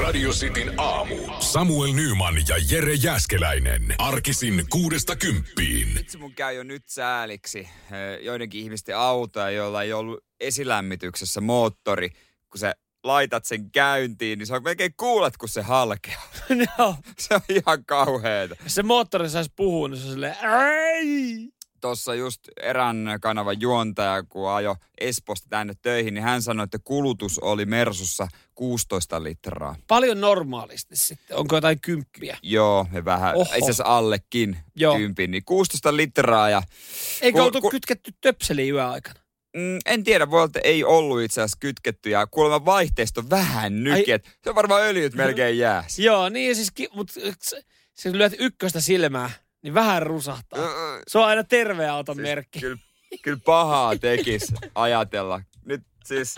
Radio Cityn aamu. Samuel Nyman ja Jere Jääskeläinen. Arkisin 6–10. Itse mun käy jo nyt sääliksi joidenkin ihmisten autoja, joilla ei ollut esilämmityksessä moottori. Kun sä laitat sen käyntiin, niin se on melkein kuulet, kun se halkeaa. No. Se on ihan kauheeta. Jos se moottori saisi puhua, niin se on silleen, ai! Tuossa just erään kanavan juontaja, kun ajo Espoosta tänne töihin, niin hän sanoi, että kulutus oli Mersussa 16 litraa. Paljon normaalisti sitten. Onko jotain 10? Joo, ja vähän, itse asiassa allekin 10, niin 16 litraa. Ja eikö oltu kytketty töpseliin yöaikana? En tiedä, voi olla, että ei ollut itse asiassa kytketty ja kuulemma vaihteisto vähän nyki. Se on varmaan öljyt melkein jääs. Joo, niin siis, mutta se lyöt ykköstä silmää, niin vähän rusahtaa. Se on aina terve auton siis merkki. Kyllä pahaa tekisi ajatella. Nyt siis...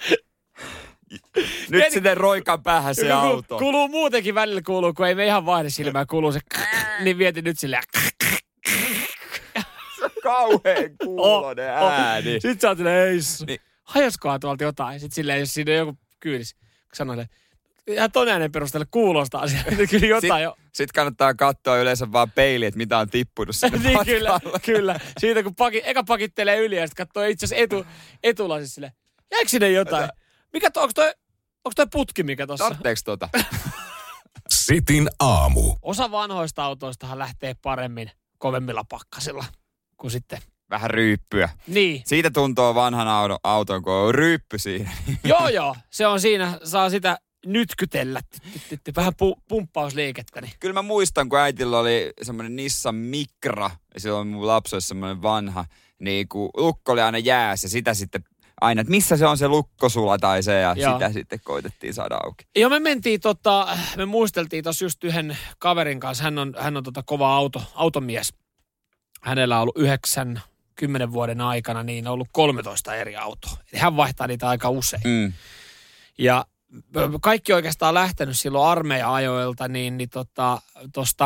Nyt sitten roikan päähän se auto. Kuuluu muutenkin välillä, kun ei me ihan vaihde silmää, kuuluu se niin vietin nyt silleen. Se on kauhean kuuloinen ääni. Sitten sä oot silleen, niin. Hajoskohan tuolta jotain. Sitten silleen, jos siinä on joku kyydissä, sanoin, ihan ton äänen perusteella kuulostaa asiaa. Kyllä jotain jo. Sitten kannattaa katsoa yleensä vaan peiliin, että mitä on tippunut sinne niin kyllä. Siitä kun eka pakittelee yli ja sitten katsoo itse asiassa etulasissa silleen, jäikö sinne jotain? Onko toi putki mikä tossa? Tartteeko tota? Cityn aamu. Osa vanhoista autoistahan lähtee paremmin kovemmilla pakkasilla kuin sitten. Vähän ryyppyä. Niin. Siitä tuntuu vanhan auton, kun on ryyppy siinä. Joo. Se on siinä, saa sitä nytkytellä. Vähän pumppausliikettä. Niin. Kyllä mä muistan, kun äitillä oli semmoinen Nissan Micra, ja silloin mun lapsi oli semmoinen vanha, niin kun lukko oli aina jäässä, sitä sitten aina, että missä se on se lukkosula tai se, ja sitä sitten koitettiin saada auki. Joo, me muisteltiin tuossa just yhden kaverin kanssa, hän on kova automies. Hänellä on ollut 9-10 vuoden aikana, niin on ollut 13 eri autoa. Eli hän vaihtaa niitä aika usein. Ja kaikki oikeastaan lähtenyt silloin armeija-ajoilta, niin tosta...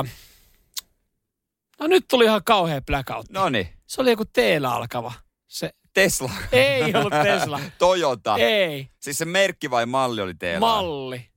No nyt tuli ihan kauhea blackout. Noniin. Se oli joku T-llä alkava. Se... Tesla. Ei ollut Tesla. Toyota. Ei. Siis se merkki vai malli oli T-llä? Malli.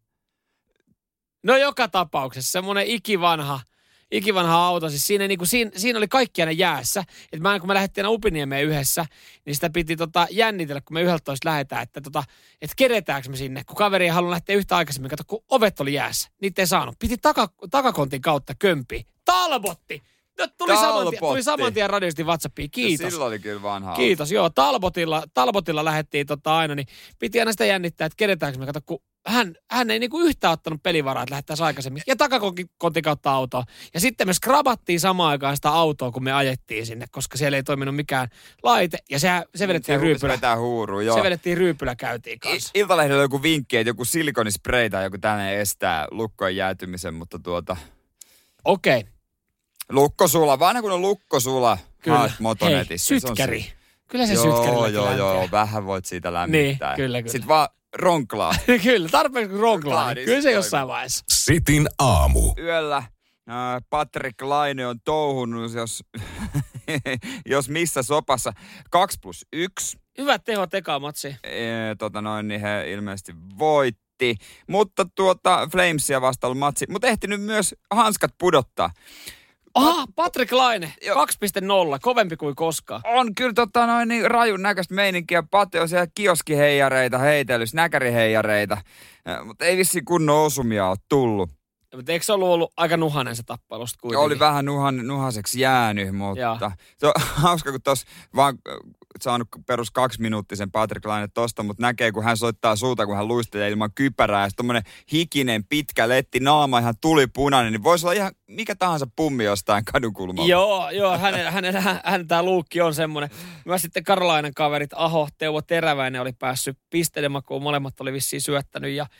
No joka tapauksessa semmoinen ikivanha auto. Siis siinä oli kaikki aina jäässä. Että kun me lähdettiin aina Upiniemeen yhdessä, niin sitä piti jännitellä, kun me 11 lähdetään, että keretäänkö me sinne. Kun kaveri ei halunnut lähteä yhtä aikaisemmin, kato, kun ovet oli jäässä. Niitä ei saanut. Piti takakontin kautta kömpiä. Talbotti! Tuli saman tien radiosti WhatsAppiin. Kiitos. Ja silloin oli kyllä vanha auto. Kiitos. Joo, Talbotilla lähdettiin aina, niin piti aina sitä jännittää, että kedetäänkö me. Kato, kun hän ei niinku yhtään ottanut pelivaraa, että lähdettäisiin aikaisemmin. Ja takakontin kautta autoa. Ja sitten me skrabattiin samaan aikaan sitä autoa, kun me ajettiin sinne, koska siellä ei toiminut mikään laite. Ja se vedettiin ryypylä. Se vedettiin ryypylä käytiin kanssa. Iltalehdellä oli joku vinkki, että joku silikonispray tai joku tällainen estää lukkojen jäätymisen, mutta Okei. Lukkosula, vanha kun on lukkosula. Kyllä. Motonetissä. Hei, sytkäri. Kyllä se sytkärillä Joo, vähän voit siitä lämmittää. Niin, kyllä. Sitten vaan ronklaa. Kyllä, tarpeeksi ronklaa. Kyllä se jossain vaiheessa. Cityn aamu. Yöllä Patrick Laine on touhunut, jos missä sopassa. 2+1. Hyvät tehot ekaa matsi. Niin he ilmeisesti voitti. Mutta Flamesia vastaan ollut matsi. Mutta ehtinyt myös hanskat pudottaa. Aha, Patrick Laine, 2.0, kovempi kuin koskaan. On kyllä niin rajun näköistä meininkiä. Pate on siellä kioskiheijareita heitellyt, näkäriheijareita. Mutta ei vissiin kunnon osumia ole tullut. Mutta eikö se ollut aika nuhanen se tappailusta kuitenkin? Oli vähän nuhaseksi jäänyt, mutta se on hauska, kun tuossa vaan saanut perus 2-minuuttisen Patrick Laine tosta, mutta näkee, kun hän soittaa suuta, kun hän luistelee ilman kypärää, ja tommonen hikinen, pitkä letti, naama ihan tulipunainen, niin voisi olla ihan mikä tahansa pummi jostain kadunkulmalla. Joo, hänen tämä luukki on semmoinen. Myös sitten Karolainen kaverit Aho, Teuvo Teräväinen oli päässyt pistelemaan, molemmat oli vissiin syöttänyt, ja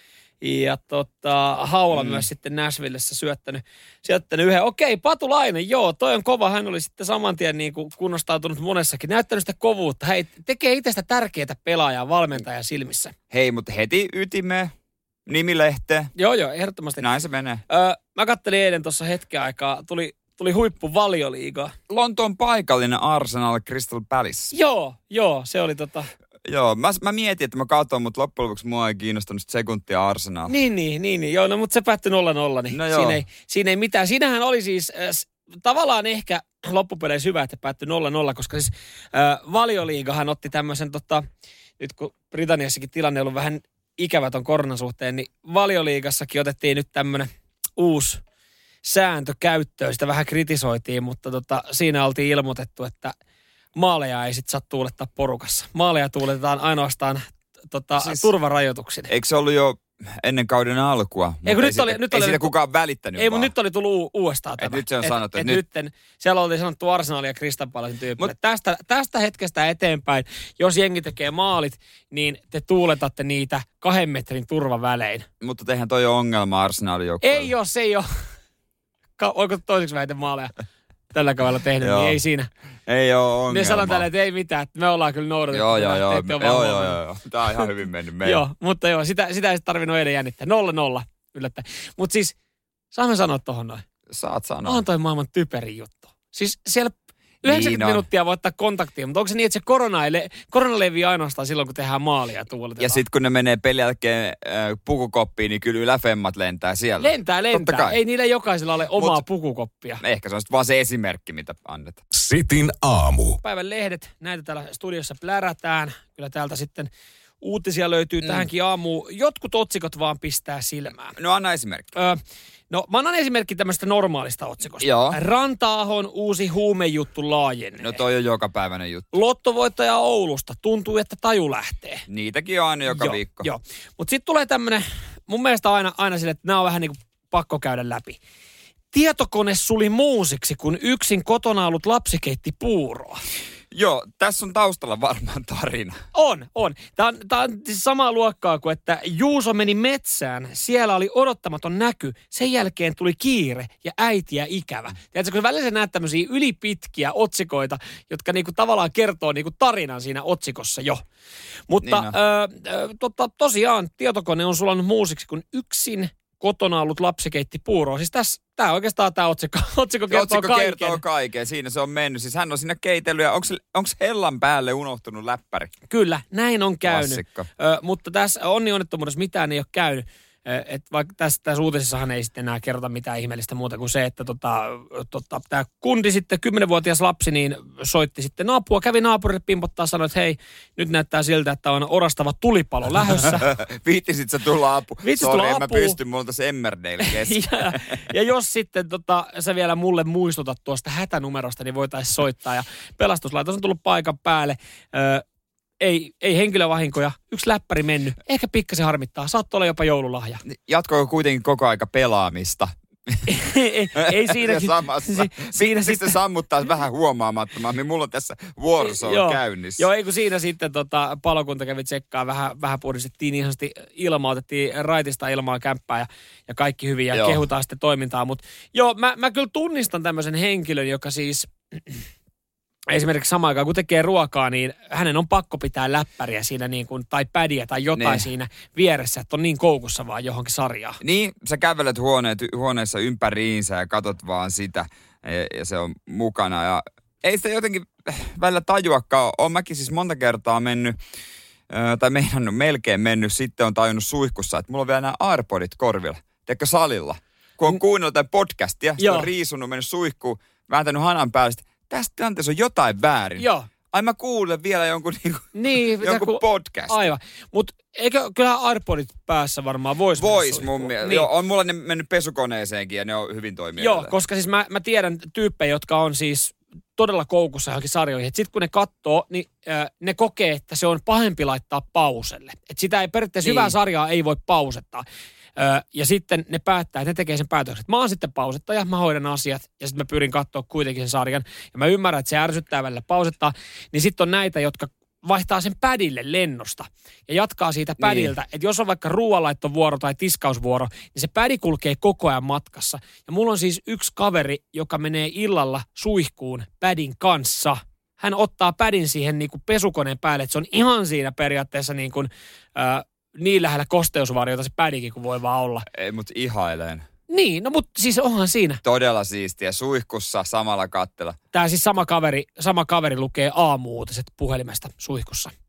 Haula myös sitten Nashvillessä syöttänyt yhden. Okei, Patulainen, joo, toi on kova. Hän oli sitten saman tien niin kuin kunnostautunut monessakin. Näyttänyt sitä kovuutta. Hei, tekee itsestä tärkeää pelaajaa valmentajan silmissä. Hei, mutta heti ytimeen, nimilehteen. Joo, ehdottomasti. Näin se menee. Mä kattelin eilen tuossa hetken aikaa. Tuli huippu Valioliiga. Lontoon paikallinen Arsenal Crystal Palace. Joo, se oli Joo, mä mietin, että mä katson, mutta loppujen lopuksi mua ei kiinnostanut sekuntia Arsenal. Niin. Joo, no mutta se päättyi 0-0, niin no siinä ei mitään. Siinähän oli siis tavallaan ehkä loppupeleissä hyvä, että päättyi 0-0, koska siis Valioliigahan otti tämmöisen, nyt kun Britanniassakin tilanne on ollut vähän ikävä ton koronan suhteen, niin Valioliigassakin otettiin nyt tämmöinen uusi sääntö käyttöön. Sitä vähän kritisoitiin, mutta siinä oltiin ilmoitettu, että maaleja ei sitten saa tuulettaa porukassa. Maaleja tuuletetaan ainoastaan turvarajoituksin. Eikö se ollut jo ennen kauden alkua? Ei siitä kukaan välittänyt. Ei, mutta nyt oli tullut uudestaan tämä. Nyt se on sanottu. Siellä oli sanottu Arsenal ja Crystal Palacein tyyppille. Tästä hetkestä eteenpäin, jos jengi tekee maalit, niin te tuuletatte niitä 2 metrin turvavälein. Mutta tehän toi on ongelma Arsenalin joukkueella. Ei ole, se ei ole. Oiko toiseksi vähiten maaleja tällä kaudella tehnyt, niin ei siinä. Ei ole ongelma. Ne sanon tälle, että ei mitään, että me ollaan kyllä noudatettu. Joo. Tämä on ihan hyvin mennyt meidän. Joo, mutta sitä ei tarvinnut eilen jännittää. 0-0 yllättäen. Mutta siis, saamme sanoa tohon noin. Saat sanoa. On toi maailman typerin juttu. Siis siellä 90 minuuttia voi ottaa kontaktia, mutta onko se niin, että se korona levii ainoastaan silloin, kun tehdään maalia ja tuuletetaan? Ja sitten kun ne menee pelin jälkeen pukukoppiin, niin kyllä yläfemmat lentää siellä. Lentää. Ei niillä jokaisella ole omaa pukukoppia. Ehkä se on vaan se esimerkki, mitä annetaan. Sitin aamu. Päivän lehdet, näitä täällä studiossa plärätään. Kyllä täältä sitten uutisia löytyy tähänkin aamuun. Jotkut otsikot vaan pistää silmään. No anna esimerkki. No mä annan esimerkki tämmöistä normaalista otsikosta. Joo. Ranta-ahon uusi huumejuttu laajenee. No toi on jokapäiväinen juttu. Lottovoittaja Oulusta. Tuntuu, että taju lähtee. Niitäkin on aina joka viikko. Joo. Mutta sitten tulee tämmönen, mun mielestä aina sille, että nämä on vähän niin kuin pakko käydä läpi. Tietokone suli muusiksi, kun yksin kotona ollut lapsi keitti puuroa. Joo, tässä on taustalla varmaan tarina. On. Tämä on siis samaa luokkaa kuin, että Juuso meni metsään, siellä oli odottamaton näky, sen jälkeen tuli kiire ja äitiä ikävä. Tiedätkö, kun välillä sä näet tämmöisiä ylipitkiä otsikoita, jotka niinku tavallaan kertoo niinku tarinan siinä otsikossa jo. Mutta niin tosiaan tietokone on sulanut muusiksi, kun yksin kotona ollut lapsi keitti puuroa. Siis tämä oikeastaan tämä otsikko kertoo kaiken. Siinä se on mennyt. Siis hän on siinä keitellyt ja onko hellan päälle unohtunut läppäri? Kyllä, näin on käynyt. Mutta tässä onnettomuudessa mitään ei ole käynyt. Vaikka tässä uutisessahan ei sitten enää kerrota mitään ihmeellistä muuta kuin se, että tämä kundi sitten, 10-vuotias lapsi, niin soitti sitten apua, kävi naapurille pimpottaa, sanoi, että hei, nyt näyttää siltä, että on orastava tulipalo lähössä. Viittisit sä tulla apu? Sori, en mä pysty, mulla on tässä Emmerdale kesken. ja jos sitten sä vielä mulle muistutat tuosta hätänumerosta, niin voitaisiin soittaa. Ja pelastuslaitos on tullut paikan päälle. Ei henkilövahinkoja, yksi läppäri mennyt. Ehkä pikkasen harmittaa, saattoi olla jopa joululahja. Jatkoiko kuitenkin koko aika pelaamista? ei siinäkin. Siinä sitten sammuttaa vähän huomaamattomammin. Mulla on tässä Warzone käynnissä. Joo, ei kun siinä sitten palokunta kävi tsekkaa, vähän puhdistettiin ihan ilmaa, otettiin raitista ilmaa kämppää ja kaikki hyvin ja kehutaan sitten toimintaa. Mutta joo, mä kyllä tunnistan tämmöisen henkilön, joka siis esimerkiksi samaan aikaan, kun tekee ruokaa, niin hänen on pakko pitää läppäriä siinä niin kuin, tai pädiä tai jotain siinä vieressä, että on niin koukussa vaan johonkin sarjaan. Niin, sä kävelet huoneessa ympäriinsä ja katot vaan sitä ja se on mukana. Ja ei sitä jotenkin välillä tajuakaan. Olen mäkin siis monta kertaa mennyt, tai meidän on melkein mennyt, sitten on tajunnut suihkussa, että mulla on vielä nämä AirPodit korvilla. Tiedätkö salilla? Kun on kuunnellut jotain podcastia, sitten on riisunut, mennyt suihkuun, vääntänyt hanan päälle, tästä tilanteessa on jotain väärin. Joo. Ai mä kuulen vielä jonkun podcast. Aivan. Mutta eikö kyllähän AirPodit päässä varmaan vois mun mielestä. Niin. Joo, on mulla ne mennyt pesukoneeseenkin ja ne on hyvin toimia. Joo, koska siis mä tiedän tyyppejä, jotka on siis todella koukussa johonkin sarjoihin. Sitten kun ne katsoo, niin ne kokee, että se on pahempi laittaa pauselle. Että sitä ei periaatteessa hyvää sarjaa ei voi pausettaa. Ja sitten ne päättää, että ne tekee sen päätöksen. Mä oon sitten pausettaja, mä hoidan asiat ja sitten mä pyrin katsoa kuitenkin sen sarjan. Ja mä ymmärrän, että se ärsyttää välillä pausettaa. Niin sitten on näitä, jotka vaihtaa sen pädille lennosta ja jatkaa siitä pädiltä. Että jos on vaikka ruoanlaittovuoro tai tiskausvuoro, niin se pädi kulkee koko ajan matkassa. Ja mulla on siis yksi kaveri, joka menee illalla suihkuun pädin kanssa. Hän ottaa pädin siihen niin kuin pesukoneen päälle, että se on ihan siinä periaatteessa niin kuin niin lähellä kosteusvarjota se pädikin kuin voi vaan olla. Ei, mutta ihailen. Niin, no mutta siis onhan siinä. Todella siistiä. Suihkussa samalla kattella. Tää siis sama kaveri lukee aamu-uutiset puhelimesta suihkussa.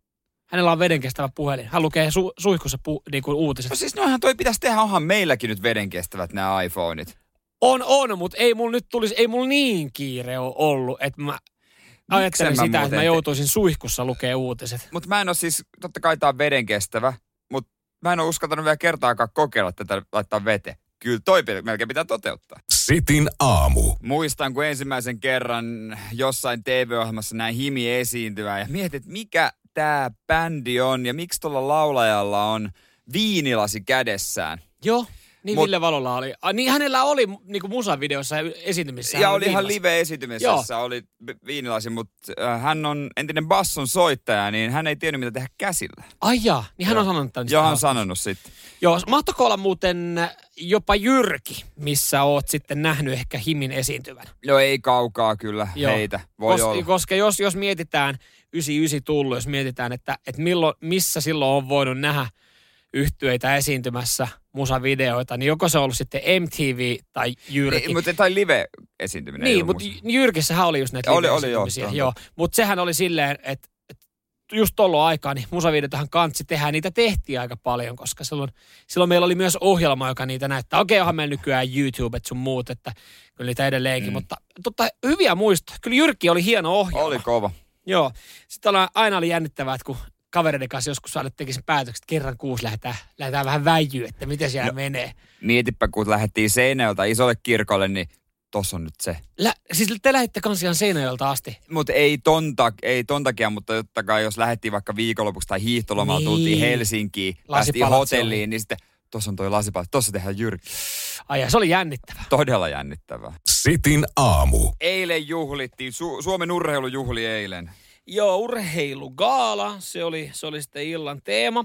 Hänellä on vedenkestävä puhelin. Hän lukee suihkussa niinku uutiset. No siis noinhan toi pitäisi tehdä, onhan meilläkin nyt vedenkestävät nämä iPhoneit. On, mutta ei mulla niin kiire ole ollut, että mä ajattelen sitä, että mä joutuisin suihkussa lukea uutiset. Mutta mä en ole siis, totta kai tää on vedenkestävä, mutta mä en ole uskaltanut vielä kertaakaan kokeilla tätä laittaa veteen. Kyllä toi melkein pitää toteuttaa. Sitin aamu. Muistan, kun ensimmäisen kerran jossain TV-ohjelmassa näin Himi esiintyvää ja mietin, että mikä tää bändi on ja miksi tuolla laulajalla on viinilasi kädessään. Joo. Niin Ville Valolla oli. Niin hänellä oli niinku musavideossa ja esiintymissä. Ja oli ihan live-esiintymisessä, oli viinilasi, mutta hän on entinen basson soittaja, niin hän ei tiennyt mitä tehdä käsillä. Ai jaa, niin hän on sanonut tämän. Joo, hän on sanonut sitten. Joo, mahtoiko olla muuten jopa Jyrki, missä oot sitten nähnyt ehkä Himin esiintyvän? Joo, ei kaukaa kyllä heitä, voi olla. Koska jos mietitään 99 tullut, jos mietitään, että missä silloin on voinut nähdä yhtyeitä esiintymässä musavideoita, niin joko se on ollut sitten MTV tai Jyrki. Tai live-esiintyminen. Niin, mutta Jyrkissähän oli just näitä live-esiintymisiä. Joo. Mutta sehän oli silleen, että just tolloin aikaa, niin musavideotahan kantsi tehdä. Niitä tehtiin aika paljon, koska silloin meillä oli myös ohjelma, joka niitä näyttää. Okei, onhan meillä nykyään YouTube sun muut, että kyllä niitä edelleenkin. Mutta hyviä muistoja. Kyllä Jyrki oli hieno ohjelma. Oli kova. Joo. Sitten aina oli jännittävää, että kun kavereiden kanssa joskus saada tekisin päätökset, että kerran kuusi lähdetään vähän väijyä, että miten siellä menee. Mietipä, kun lähdettiin Seinäjoelta isolle kirkolle, niin tossa on nyt se. Siis te lähditte kans ihan Seinäjoelta asti? Mutta ei ton takia, mutta totta kai jos lähdettiin vaikka viikonlopuksi tai hiihtolomalla, niin tultiin Helsinkiin, päästiin hotelliin, niin sitten tossa on toi lasipalat, tossa tehdään Jyrki. Ai se oli jännittävää. Todella jännittävää. Sitin aamu. Eilen juhlittiin, Suomen urheilujuhli eilen. Joo, urheilugaala, se oli sitten illan teema.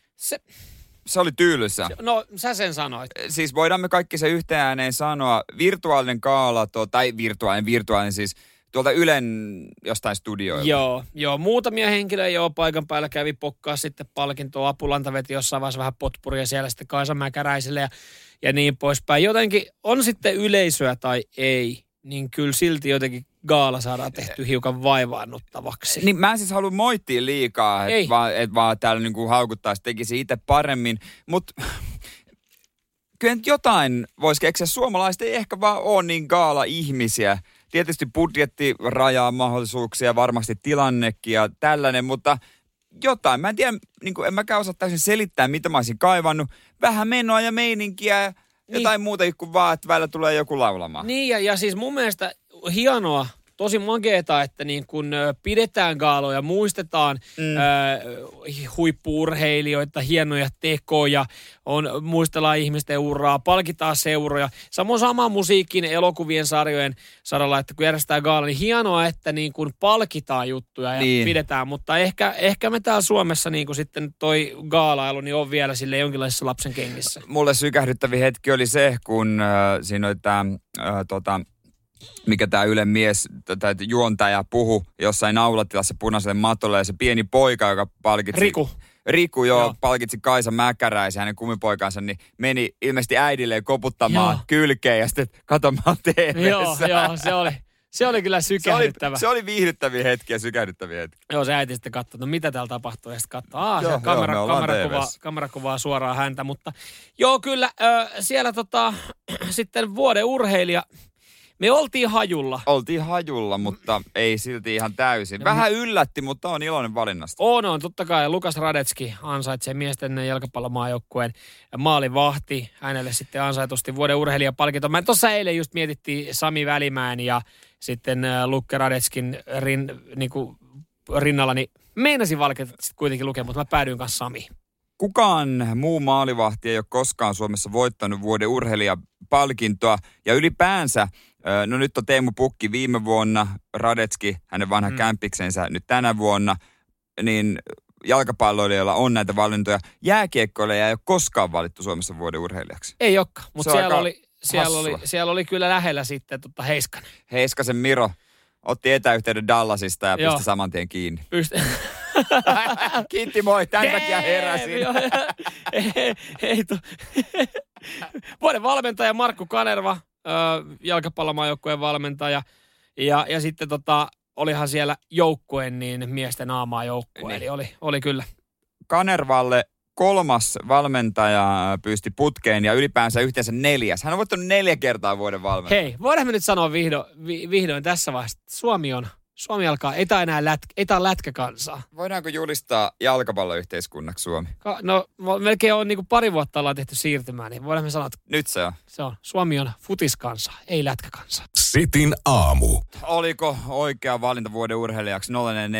Se oli tyylyssä. No, sä sen sanoit. Siis voidaan me kaikki se yhteen ääneen sanoa. Virtuaalinen gaala, tai virtuaalinen siis tuolta Ylen jostain studioilta. Joo, muutamia henkilöjä paikan päällä kävi pokkaa sitten palkintoa. Apulanta veti jossain vaiheessa vähän potpuria siellä sitten Kaisa Mäkäräiselle ja niin poispäin. Jotenkin on sitten yleisöä tai ei, niin kyllä silti jotenkin gaala saadaan tehty hiukan vaivaannuttavaksi. Niin mä en siis halua moittia liikaa, että vaan täällä niinku haukuttaisi, tekisi itse paremmin, mutta kyllä nyt jotain voisi keksiä. Suomalaiset ei ehkä vaan ole niin gaala-ihmisiä. Tietysti budjetti rajaa mahdollisuuksia, varmasti tilannekin ja tällainen, mutta jotain. Mä en tiedä, niin en mäkään osaa täysin selittää, mitä mä olisin kaivannut. Vähän menoa ja meininkiä ja jotain muuta kuin vaan, että välillä tulee joku laulamaan. Niin, ja siis mun mielestä hienoa, tosi makeeta, että niin kun pidetään gaaloja, muistetaan huippu-urheilijoita, hienoja tekoja, muistellaan ihmisten uraa, palkitaan seuroja. Samoin sama musiikin, elokuvien, sarjojen saralla, että kun järjestetään gaala, niin hienoa, että niin kun palkitaan juttuja ja pidetään. Mutta ehkä me täällä Suomessa niin kun sitten toi gaalailu niin on vielä sille jonkinlaisessa lapsen kengissä. Mulle sykähdyttävä hetki oli se, kun siinä oli mikä tämä Ylen mies, juontaja puhu jossain naulatilassa punaiselle matolle ja se pieni poika, joka palkitsi... Riku, palkitsi Kaisa Mäkäräisen, hänen kumipoikansa, niin meni ilmeisesti äidilleen koputtamaan kylkeen ja sitten katsomaan TV:ssä. Joo, se oli kyllä sykähdyttävä. Se oli viihdyttäviä hetkiä, sykähdyttäviä hetkiä. Joo, se äiti sitten katsoi, no mitä täällä tapahtuu, ja sitten katsoi, kamerakuvaa suoraan häntä, mutta joo, kyllä siellä sitten vuoden urheilija. Me oltiin hajulla. Mutta ei silti ihan täysin. Vähän yllätti, mutta on iloinen valinnasta. On. Totta kai Lukas Radetski ansaitsee miesten jalkapallomaajoukkueen maalivahti. Hänelle sitten ansaitusti vuoden urheilijapalkinto. Mä tuossa eilen just mietittiin Sami Välimäen ja sitten Lukke Radetskin rinnalla, niin meinasin valkeita kuitenkin lukea, mutta mä päädyin kanssa Samiin. Kukaan muu maalivahti ei ole koskaan Suomessa voittanut vuoden urheilijapalkintoa. Ja ylipäänsä, no nyt on Teemu Pukki viime vuonna, Radetski, hänen vanha kämpiksensä nyt tänä vuonna, niin jalkapalloilijoilla on näitä valintoja. Jääkiekkoilijoilla ei ole koskaan valittu Suomessa vuoden urheilijaksi. Ei olekaan, mutta siellä oli kyllä lähellä sitten Heiskanen. Heiskasen Miro otti etäyhteyden Dallasista ja pisti saman tien kiinni. Kiitti moi, tämän takia heräsin. Vuoden valmentaja Markku Kanerva, jalkapallomaajoukkueen valmentaja. Ja sitten olihan siellä joukkueen niin miesten aamaa joukkue, Niin. eli oli kyllä. Kanervalle 3. valmentaja pyysti putkeen ja ylipäänsä yhteensä 4. Hän on voittanut 4 kertaa vuoden valmentaja. Hei, voidaan me nyt sanoa vihdoin tässä vaiheessa, että Suomi alkaa, ei tää enää lätkäkansaa. Voidaanko julistaa jalkapalloyhteiskunnaksi Suomi? No melkein on niinku pari vuotta ollaan tehty siirtymään, niin voidaan me sanoa, että Nyt se on. Suomi on futiskansa, ei lätkäkansa. Sitin aamu. Oliko oikea valinta vuoden urheilijaksi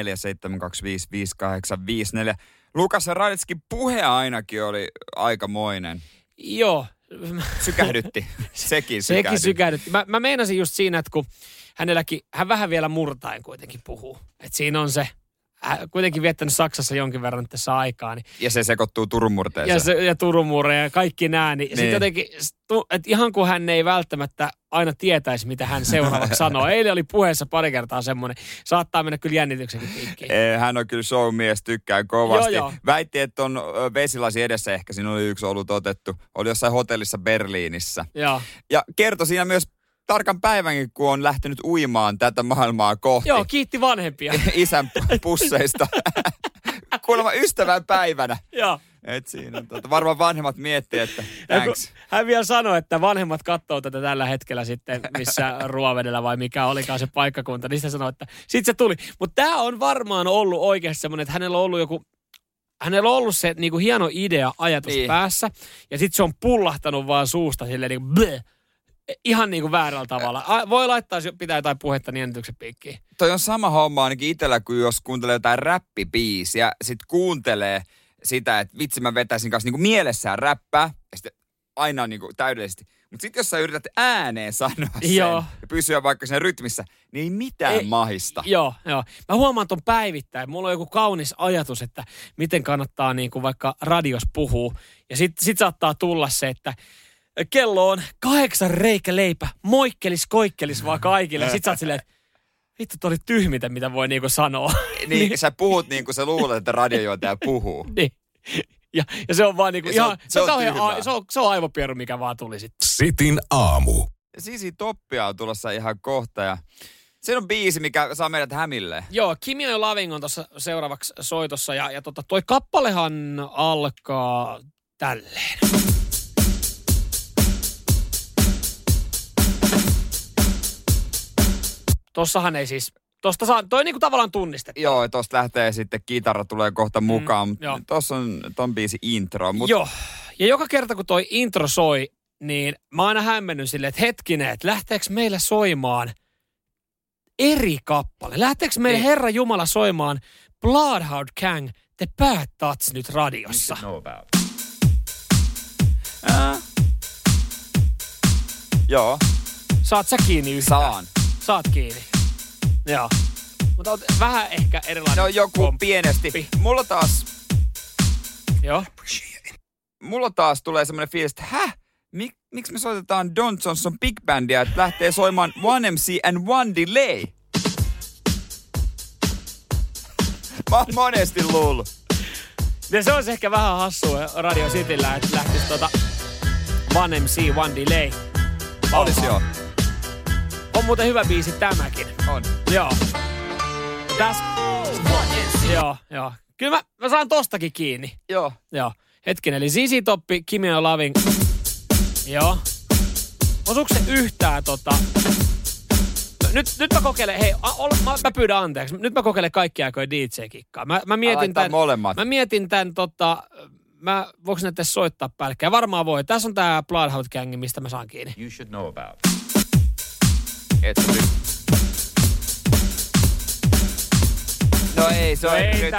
044725584? Lukas Radetskin puhe ainakin oli aikamoinen. Joo. Sykähdytti. Sekin sykähdytti. Mä meinasin just siinä, että kun hän vähän vielä murtaen kuitenkin puhuu. Että siinä on se, kuitenkin viettänyt Saksassa jonkin verran tässä aikaa. Niin, ja se sekoittuu Turun murteeseen. Ja Turun murre ja kaikki nää. Niin. Sitten jotenkin, että ihan kun hän ei välttämättä aina tietäisi, mitä hän seuraavaksi sanoo. Eilen oli puheessa pari kertaa semmoinen. Saattaa mennä kyllä jännityksenkin piikkiin. Hän on kyllä showmies, tykkää kovasti. Joo. Väitti, että on vesilasi edessä ehkä. Siinä oli yksi olut otettu. Oli jossain hotellissa Berliinissä. Ja kertoi siinä myös tarkan päivänkin, kun on lähtenyt uimaan tätä maailmaa kohti. Joo, kiitti vanhempia. Isän pusseista. Kuulemma ystävän päivänä. Joo. Et siinä on varmaan vanhemmat miettii, että thanks. Hän vielä sanoi, että vanhemmat katsoo tätä tällä hetkellä sitten, missä Ruovedellä vai mikä olikaan se paikkakunta. Niin se sanoi, että sit se tuli. Mutta tämä on varmaan ollut oikeasti semmoinen, että hänellä on ollut se niinku hieno idea, ajatus päässä. Ja sitten se on pullahtanut vaan suusta silleen niinku bleh. Ihan niin kuin väärällä tavalla. Voi laittaa, jos pitää jotain puhetta, niin jännityksen piikkiin. Toi on sama homma ainakin itsellä, kuin jos kuuntelee jotain räppibiisiä ja sit kuuntelee sitä, että vitsi mä vetäisin kanssa niin kuin mielessään räppää ja sitten aina niin kuin täydellisesti. Mutta sitten jos sä yrität ääneen sanoa sen ja pysyä vaikka sen rytmissä, niin ei mitään mahista. Joo. Mä huomaan ton päivittäin. Mulla on joku kaunis ajatus, että miten kannattaa niin kuin vaikka radios puhua. Ja sit saattaa tulla se, että kello on 8 reikäleipä, moikkelis vaan kaikille. Sitten sä oot silleen, että vittu, toi oli tyhmitä, mitä voi niinku sanoa. Niin, sä puhut niin kuin sä luulet, että radiojuontaja puhuu. Niin. Ja se on vaan niinku ihan, se on aivopieru, mikä vaan tuli sitten. Sitin aamu. Sisi Toppia on tulossa ihan kohta ja se on biisi, mikä saa meidät hämilleen. Joo, Kimi ja Laving on tuossa seuraavaksi soitossa ja toi kappalehan alkaa tälleen. Tossahan ei siis, tosta saa, toi niinku tavallaan tunnistettu. Joo, tosta lähtee sitten, kitara tulee kohta mukaan. Tossa on ton biisi intro. Joo, ja joka kerta kun toi intro soi, niin mä aina hämmennyn silleen, että hetkinen, että lähteekö meillä soimaan eri kappale? Lähteekö meillä Herra Jumala soimaan Bloodhound Gang, The Bad Touch nyt radiossa? Joo. Saat sä kiinni yhtään? Saan. Saat kiinni. Joo. Mutta vähän ehkä erilainen. No joku pienesti. Mulla taas tulee semmoinen fiilis, että miksi me soitetaan Don Johnson Big Bandia, että lähtee soimaan One MC and One Delay? Mä oon monesti luullut. Ja se olisi ehkä vähän hassua Radio Cityllä, että lähtisi One MC, One Delay. Olis joo. On muuten hyvä biisi tämäkin. On. Joo. Joo. Kyllä mä saan tostakin kiinni. Joo. Hetken, eli Sisi Toppi, Kimi ja Laving. Joo. Osuuko se yhtään Nyt mä kokeilen, hei, mä pyydän anteeksi. Nyt mä kokeilen kaikki aikoja DJ-kikkaa. Mä mietin tän molemmat. Mä mietin tän voiko näitä soittaa päällekkäin? Varmaan voi. Tässä on tää Bloodhound Gang, mistä mä saan kiinni. You should know about. No ei, se on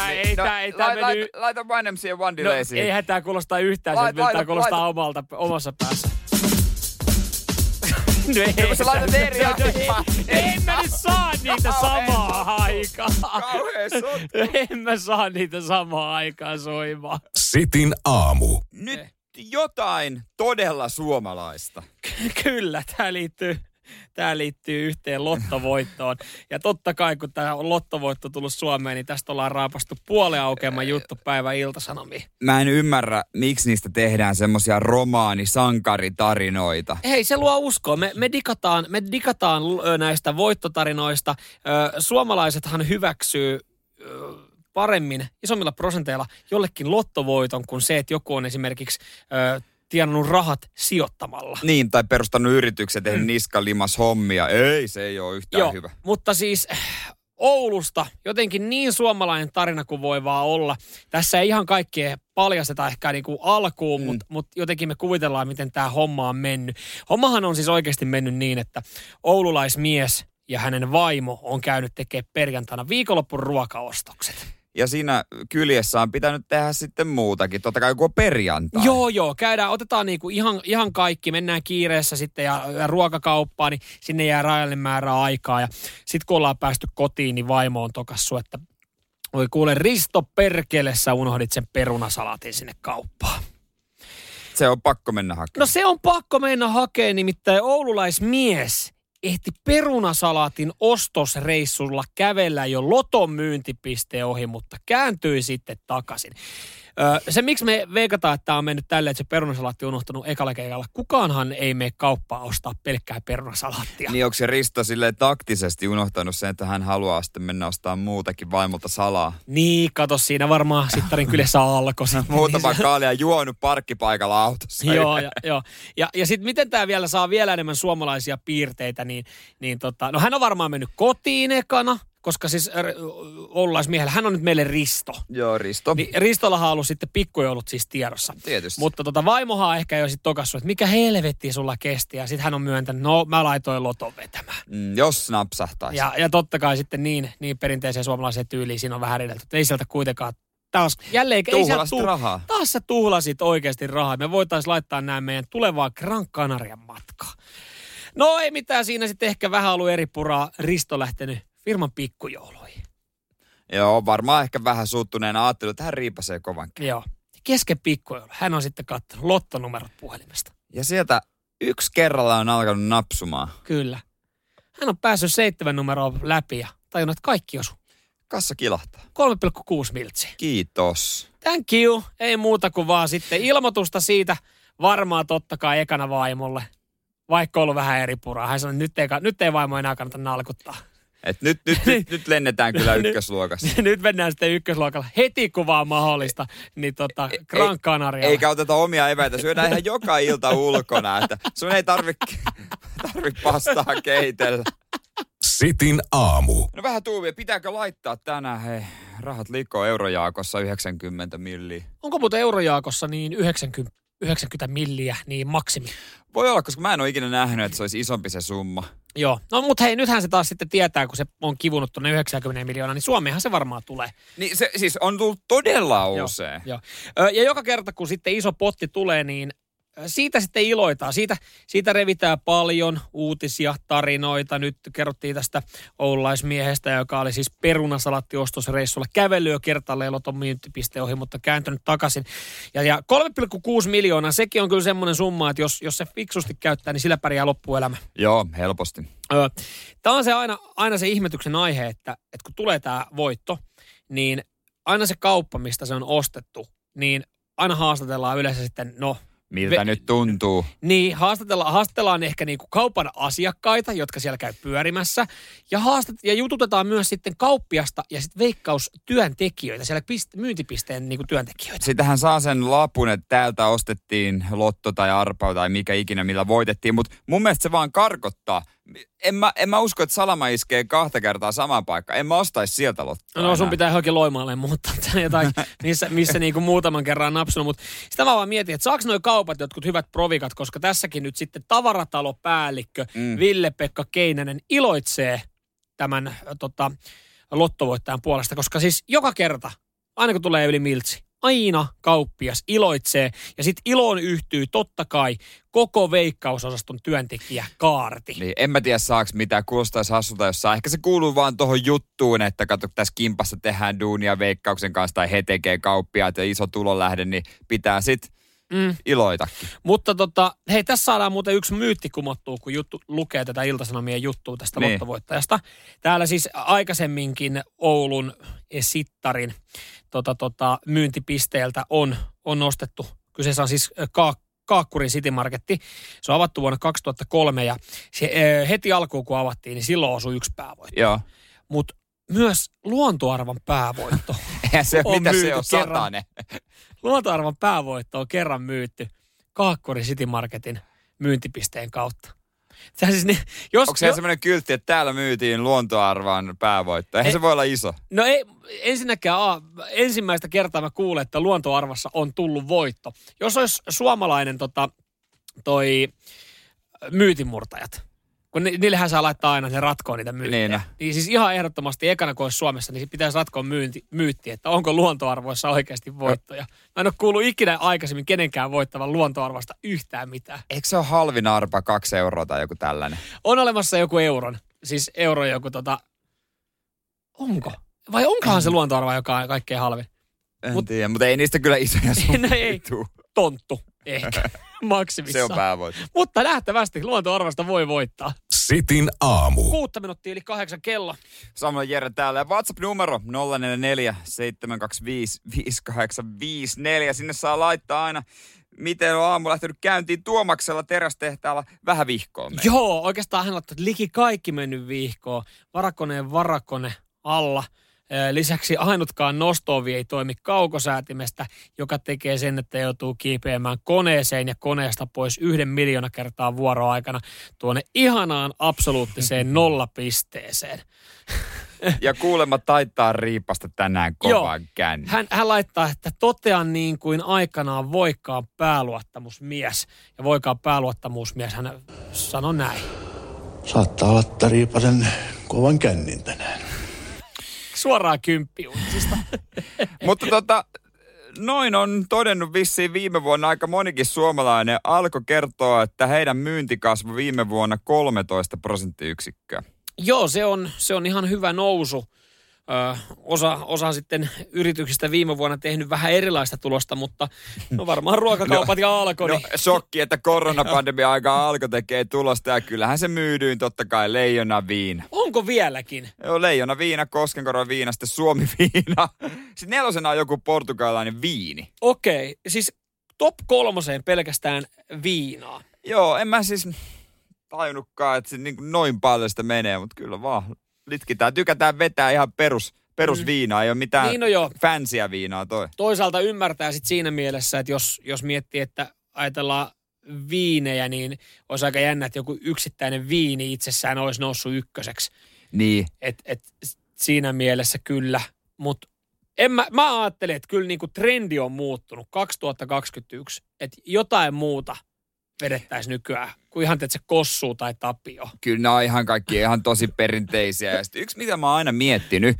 Laita One MC ja One Delay siihen. Eihän tää kuulostaa yhtään, tää kuulostaa omassa päässä. No sä laitat eri En mä nyt saa niitä samaan aikaan. Kauhea sotku. En mä saa niitä samaan aikaan soimaan. Sitin aamu. Nyt jotain todella suomalaista. Kyllä, tää liittyy Tämä liittyy yhteen lottovoittoon. Ja totta kai, kun tämä on lottovoitto tullut Suomeen, niin tästä ollaan raapastu puolen aukeaman juttupäivä Ilta-Sanomiin. Mä en ymmärrä, miksi niistä tehdään semmosia romaani-sankaritarinoita. Hei, se luo uskoa. Me digataan näistä voittotarinoista. Suomalaisethan hyväksyy paremmin, isommilla prosenteilla jollekin lottovoiton kuin se, että joku on esimerkiksi tienannut rahat sijoittamalla. Niin, tai perustanut yritykset, tehnyt niskalimas hommia. Ei, se ei ole yhtään hyvä. Mutta siis Oulusta jotenkin niin suomalainen tarina kuin voi vaan olla. Tässä ei ihan kaikkea paljasteta ehkä niin kuin alkuun, mutta jotenkin me kuvitellaan, miten tämä homma on mennyt. Hommahan on siis oikeasti mennyt niin, että oululaismies ja hänen vaimo on käynyt tekemään perjantaina viikonloppun ruokaostokset. Ja siinä kyljessä on pitänyt tehdä sitten muutakin, totta kai kun on perjantai. Joo, otetaan niinku ihan kaikki, mennään kiireessä sitten ja ruokakauppaan, niin sinne jää rajallinen määrä aikaa. Ja sitten kun ollaan päästy kotiin, niin vaimo on tokassu, että oi kuule Risto perkele, sä unohdit sen perunasalaatin sinne kauppaan. Se on pakko mennä hakemaan. No se on pakko mennä hakemaan, nimittäin oululaismies ehti perunasalaatin ostosreissulla kävellä jo Loton myyntipisteen ohi, mutta kääntyi sitten takaisin. Se, miksi me veikataan, että tämä on mennyt tälleen, että se perunasalaatti on unohtanut ekalla keikalla. Kukaanhan ei mene kauppaan ostaa pelkkää perunasalaattia. Niin onko se Risto silleen taktisesti unohtanut sen, että hän haluaa sitten mennä ostaa muutakin vaimolta salaa? Niin, kato siinä varmaan Sittarin kylässä alkoi. Muutama kaalia juonut parkkipaikalla autossa. Joo. Ja sitten miten tämä vielä saa vielä enemmän suomalaisia piirteitä, no hän on varmaan mennyt kotiin ekana. Koska siis oululaismiehellä, hän on nyt meille Risto. Joo, Risto. Niin Ristollahan on ollut sitten pikkujoulut siis tiedossa. Tietysti. Mutta vaimohan on ehkä jo sitten tokassu, että mikä helvetti sulla kesti. Ja sitten hän on myöntänyt, no mä laitoin Loton vetämään. Jos napsahtaisi. Ja totta kai sitten niin perinteiseen suomalaiseen tyyliin siinä on vähän ridelty. Ei sieltä kuitenkaan taas jälleen. Tuhlasit rahaa. Taas sä tuhlasit oikeasti rahaa. Me voitaisiin laittaa nämä meidän tulevaa Gran Canarian matkaa. No ei mitään, siinä sitten ehkä vähän ollut eri puraa. Risto lähtenyt firman pikkujouluihin. Joo, varmaan ehkä vähän suuttuneena ajattelin, että hän riipasee kovankin. Joo. Kesken pikkujoulu. Hän on sitten katsonut lottonumerot puhelimesta. Ja sieltä yksi kerralla on alkanut napsumaan. Kyllä. Hän on päässyt 7 numeroa läpi ja tajunnut, että kaikki osuu. Kassa kilahtaa. 3,6 miltsiä. Kiitos. Thank you. Ei muuta kuin vaan sitten ilmoitusta siitä varmaan totta kai ekana vaimolle. Vaikka on ollut vähän eri puraa. Hän sanoi, että nyt ei vaimo enää kannata nalkuttaa. Et nyt lennetään kyllä ykkösluokassa. Nyt mennään sitten ykkösluokalla heti kun vaan mahdollista, niin Gran Canaria. Eikä oteta omia eväitä, syödään ihan joka ilta ulkona, että sun ei tarvi pastaa keitellä. Sitin aamu. No vähän tuuvia, pitääkö laittaa tänään, rahat likoo eurojaakossa 90 milliä. Onko muuten eurojaakossa niin 90 milliä niin maksimi? Voi olla, koska mä en ole ikinä nähnyt, että se olisi isompi se summa. Joo, no mutta hei, nythän se taas sitten tietää, kun se on kivunut tuonne 90 miljoonaa, niin Suomeenhan se varmaan tulee. Niin se siis on tullut todella usein. Joo. Ja joka kerta, kun sitten iso potti tulee, niin siitä sitten iloitaan. Siitä revitään paljon uutisia, tarinoita. Nyt kerrottiin tästä oululaismiehestä, joka oli siis perunasalattiostosreissulla kävellyt jo kertaalleen Loton myyntipisteen ohi, mutta kääntynyt takaisin. Ja 3,6 miljoonaa, sekin on kyllä semmoinen summa, että jos se fiksusti käyttää, niin sillä pärjää loppuelämä. Joo, helposti. Tämä on se aina se ihmetyksen aihe, että kun tulee tämä voitto, niin aina se kauppa, mistä se on ostettu, niin aina haastatellaan yleensä sitten, miltä nyt tuntuu? Niin, haastatellaan ehkä niinku kaupan asiakkaita, jotka siellä käy pyörimässä. Ja jututetaan myös sitten kauppiasta ja sitten veikkaustyöntekijöitä, siellä myyntipisteen niinku työntekijöitä. Sitähän saa sen lapun, että täältä ostettiin lotto tai arpau tai mikä ikinä millä voitettiin. Mutta mun mielestä se vaan karkottaa. En mä usko, että salama iskee 2 kertaa samaan paikkaan. En mä ostaisi sieltä lottoa. No sun pitää johonkin Loimaalle muuttaa jotain, missä niinku muutaman kerran on napsunut. Mutta sitä mä vaan mietin, että saako noi kaupat jotkut hyvät provikat, koska tässäkin nyt sitten tavaratalopäällikkö Ville-Pekka Keinänen iloitsee tämän lottovoittajan puolesta. Koska siis joka kerta, aina kun tulee yli miltsi, aina kauppias iloitsee ja sitten iloon yhtyy totta kai koko veikkausosaston työntekijä kaarti. Niin, en mä tiedä saaks mitään, kuulostaisi hassulta jossain. Ehkä se kuuluu vaan tuohon juttuun, että kato, tässä kimpassa tehdään duunia Veikkauksen kanssa tai he tekee kauppiaat ja iso tulonlähde, niin pitää sit iloitakin. Mutta hei, tässä saadaan muuten yksi myytti kumottua, kun lukee tätä Ilta-Sanomien juttua tästä lottovoittajasta. Täällä siis aikaisemminkin Oulun Sittarin myyntipisteeltä on nostettu. Kyseessä on siis Kaakkurin City Marketti. Se on avattu vuonna 2003 ja se, heti alkuun kun avattiin, niin silloin osui 1 päävoitto. Joo. Mutta myös luontoarvon päävoitto se, on mitä myyty se on, satanen. Luontoarvon päävoitto on kerran myytty Kaakkurin City Marketin myyntipisteen kautta. Onko se semmoinen kyltti, että täällä myytiin luontoarvan päävoitto? Eihän se voi olla iso. No ei, ensinnäkään ensimmäistä kertaa mä kuulen, että luontoarvassa on tullut voitto. Jos olisi suomalainen toi myytinmurtajat, kun niillähän saa laittaa aina, ne ratkoo niitä myyntejä. Niin siis ihan ehdottomasti ekana kun olisi Suomessa, niin pitäisi ratkoa myytti, että onko luontoarvoissa oikeasti voittoja. Mä en ole kuullut ikinä aikaisemmin kenenkään voittavan luontoarvosta yhtään mitään. Eikö se ole halvin arpa 2 euroa tai joku tällainen? On olemassa joku euron. Siis euro joku onko? Vai onkohan se luontoarva, joka on kaikkein halvin? En tiedä, mutta ei niistä kyllä isoja summia tuu. Tonttu ehkä. Maksimissaan. Se on päävoitto. Mutta nähtävästi luontoarvosta voi voittaa. Sitin aamu. 6 minuuttia yli 8 kello. Samuel Jere täällä ja WhatsApp-numero 044 725 5854. Sinne saa laittaa aina, miten on aamu lähtenyt käyntiin Tuomaksella terästehtaalla vähän vihkoon. Joo, oikeastaan hän laittaa, että liki kaikki mennyt vihkoon. Varakone alla. Lisäksi ainutkaan nosto-ovi ei toimi kaukosäätimestä, joka tekee sen, että joutuu kiipeämään koneeseen ja koneesta pois 1 miljoona kertaa vuoroaikana tuonne ihanaan absoluuttiseen nollapisteeseen. Ja kuulemma taittaa riipasta tänään kovaan känni. Hän laittaa, että totean niin kuin aikanaan Voikkaan pääluottamusmies. Ja Voikkaan pääluottamusmies hän sanoi näin. Saattaa olla, että riipasen kovan kännin tänään. Suoraan kymppiuutisista. Mutta noin on todennut vissiin viime vuonna aika monikin suomalainen. Alko kertoo, että heidän myyntikasvu viime vuonna 13%. Joo, se on ihan hyvä nousu. Osa sitten yrityksistä viime vuonna tehnyt vähän erilaista tulosta, mutta no varmaan ruokakaupat ja Alko. No shokki, että koronapandemia aikaa Alko tekee tulosta ja kyllähän se myydyin totta kai Leijona viina. Onko vieläkin? Joo, Leijona viina, Koskenkorvan viina, sitten Suomi viina. Sitten 4. on joku portugalilainen viini. Okei, siis top 3 pelkästään viinaa. Joo, en mä siis tajunnutkaan, että se niin noin paljon sitä menee, mutta kyllä vaan litkitään, tykätään vetää ihan perusviinaa, ei ole mitään fancyä viinaa toi. Toisaalta ymmärtää sitten siinä mielessä, että jos miettii, että ajatellaan viinejä, niin olisi aika jännä, että joku yksittäinen viini itsessään olisi noussut 1. Niin. Et siinä mielessä kyllä, mutta mä ajattelin, että kyllä niinku trendi on muuttunut 2021, että jotain muuta vedettäisiin nykyään, kuin ihan teet se Kossu tai Tapio. Kyllä nämä on ihan kaikki ihan tosi perinteisiä. Ja yksi, mitä mä oon aina miettinyt,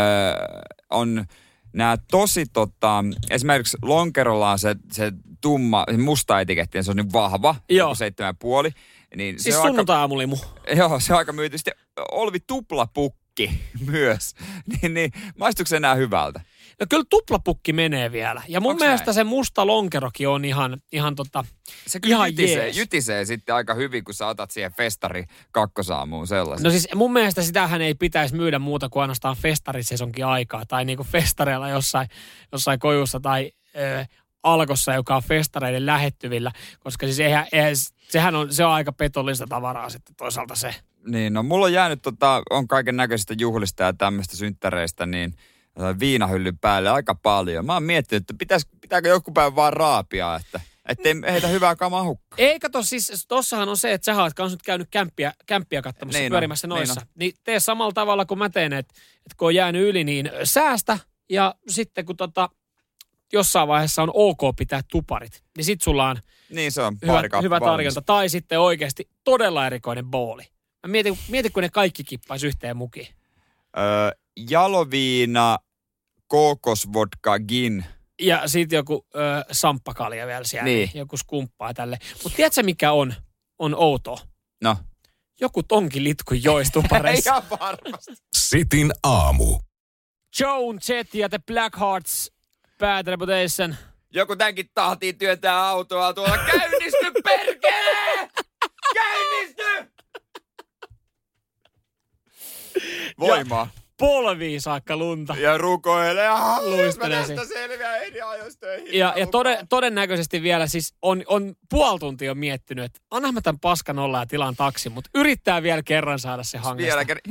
on nämä tosi, esimerkiksi lonkerolla on se tumma, se musta etiketti, ja se on niin vahva, 7,5. Niin siis sunnuntai-aamulimu. Joo, se on aika myyty. Sitten Olvi tuplapukki myös. niin maistuuko se enää hyvältä? No kyllä tuplapukki menee vielä. Ja mun mielestä se musta lonkerokin on ihan se kyllä jytisee sitten aika hyvin, kun sä otat siihen festari kakkosaamuun sellaisen. No siis mun mielestä sitähän ei pitäisi myydä muuta kuin ainoastaan festarisesonkin aikaa. Tai niinku festareilla jossain kojussa tai Alkossa, joka on festareiden lähettyvillä. Koska siis se on aika petollista tavaraa sitten toisaalta se. Niin, no mulla on jäänyt on kaiken näköisistä juhlista ja tämmöistä synttäreistä, niin viinahyllyn päälle aika paljon. Mä oon miettinyt, että pitääkö joku päivä vaan raapia, ettei heitä hyvää kamaa hukkaa. Ei kato, siis tossahan on se, että sä oot kans nyt käynyt kämppiä katsomassa pyörimässä noissa. Niin tee samalla tavalla kuin mä teen, että kun on jäänyt yli, niin säästä. Ja sitten kun jossain vaiheessa on ok pitää tuparit, niin sit sulla on niin se on hyvä tarjonta. Tai sitten oikeasti todella erikoinen booli. Mä mietin, kun ne kaikki kippaisi yhteen mukiin. Jaloviina, kookosvodka, gin. Ja sitten joku samppakalja vielä siellä. Niin. Joku skumppaa tälle. Mutta tiedätkö mikä on outoa? No. Joku tonkilitku joistupareissa. Ihan varmasti. Sitin aamu. Joan Jett ja The Blackhearts, Bad Reputation. Joku tämänkin tahtiin työntää autoa tuolla. Käynnisty perkele! Käynnisty! Voimaa. Polviin saakka lunta. Ja rukoilee. Luistelee mä tästä selviää eri ajoistöihin. Ja todennäköisesti vielä siis on puoli tuntia miettinyt, että anna mä tämän paskan olla ja tilaan taksi, mutta yrittää vielä kerran saada se hangesta. Vielä kerran.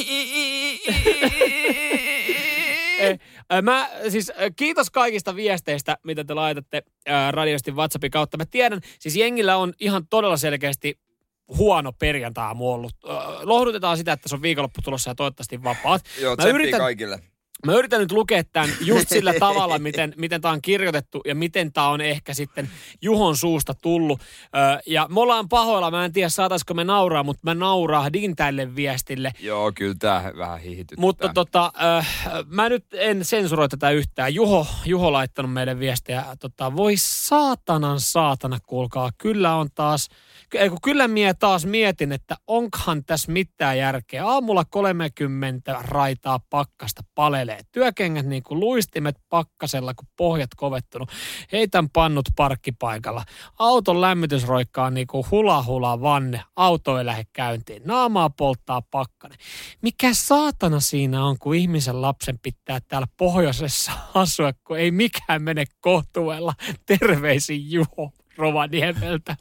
Kiitos kaikista viesteistä, mitä te laitatte radiosti WhatsAppin kautta. Mä tiedän, siis jengillä on ihan todella selkeästi huono perjantai-aamu ollut. Lohdutetaan sitä, että se on viikonloppu tulossa ja toivottavasti vapaat. Joo, tseppii kaikille. Mä yritän nyt lukea tämän just sillä tavalla, miten tämä on kirjoitettu ja miten tämä on ehkä sitten Juhon suusta tullut. Ja me ollaan pahoilla, mä en tiedä saataisiko me nauraa, mutta mä naurahdin tälle viestille. Joo, kyllä tämä vähän hihityttää. Mutta mä nyt en sensuroi tätä yhtään. Juho laittanut meidän viestejä. Voi saatana, kuulkaa. Kyllä mie taas mietin, että onkohan tässä mitään järkeä. Aamulla 30 raitaa pakkasta palelee. Työkengät niin kuin luistimet pakkasella, kun pohjat kovettunut. Heitän pannut parkkipaikalla. Auton lämmitysroikka on niin kuin hula vanne. Auto ei lähde käyntiin. Naamaa polttaa pakkanen. Mikä saatana siinä on, kun ihmisen lapsen pitää täällä pohjoisessa asua, kun ei mikään mene kohtuudella. Terveisin Juho Rovaniemeltä.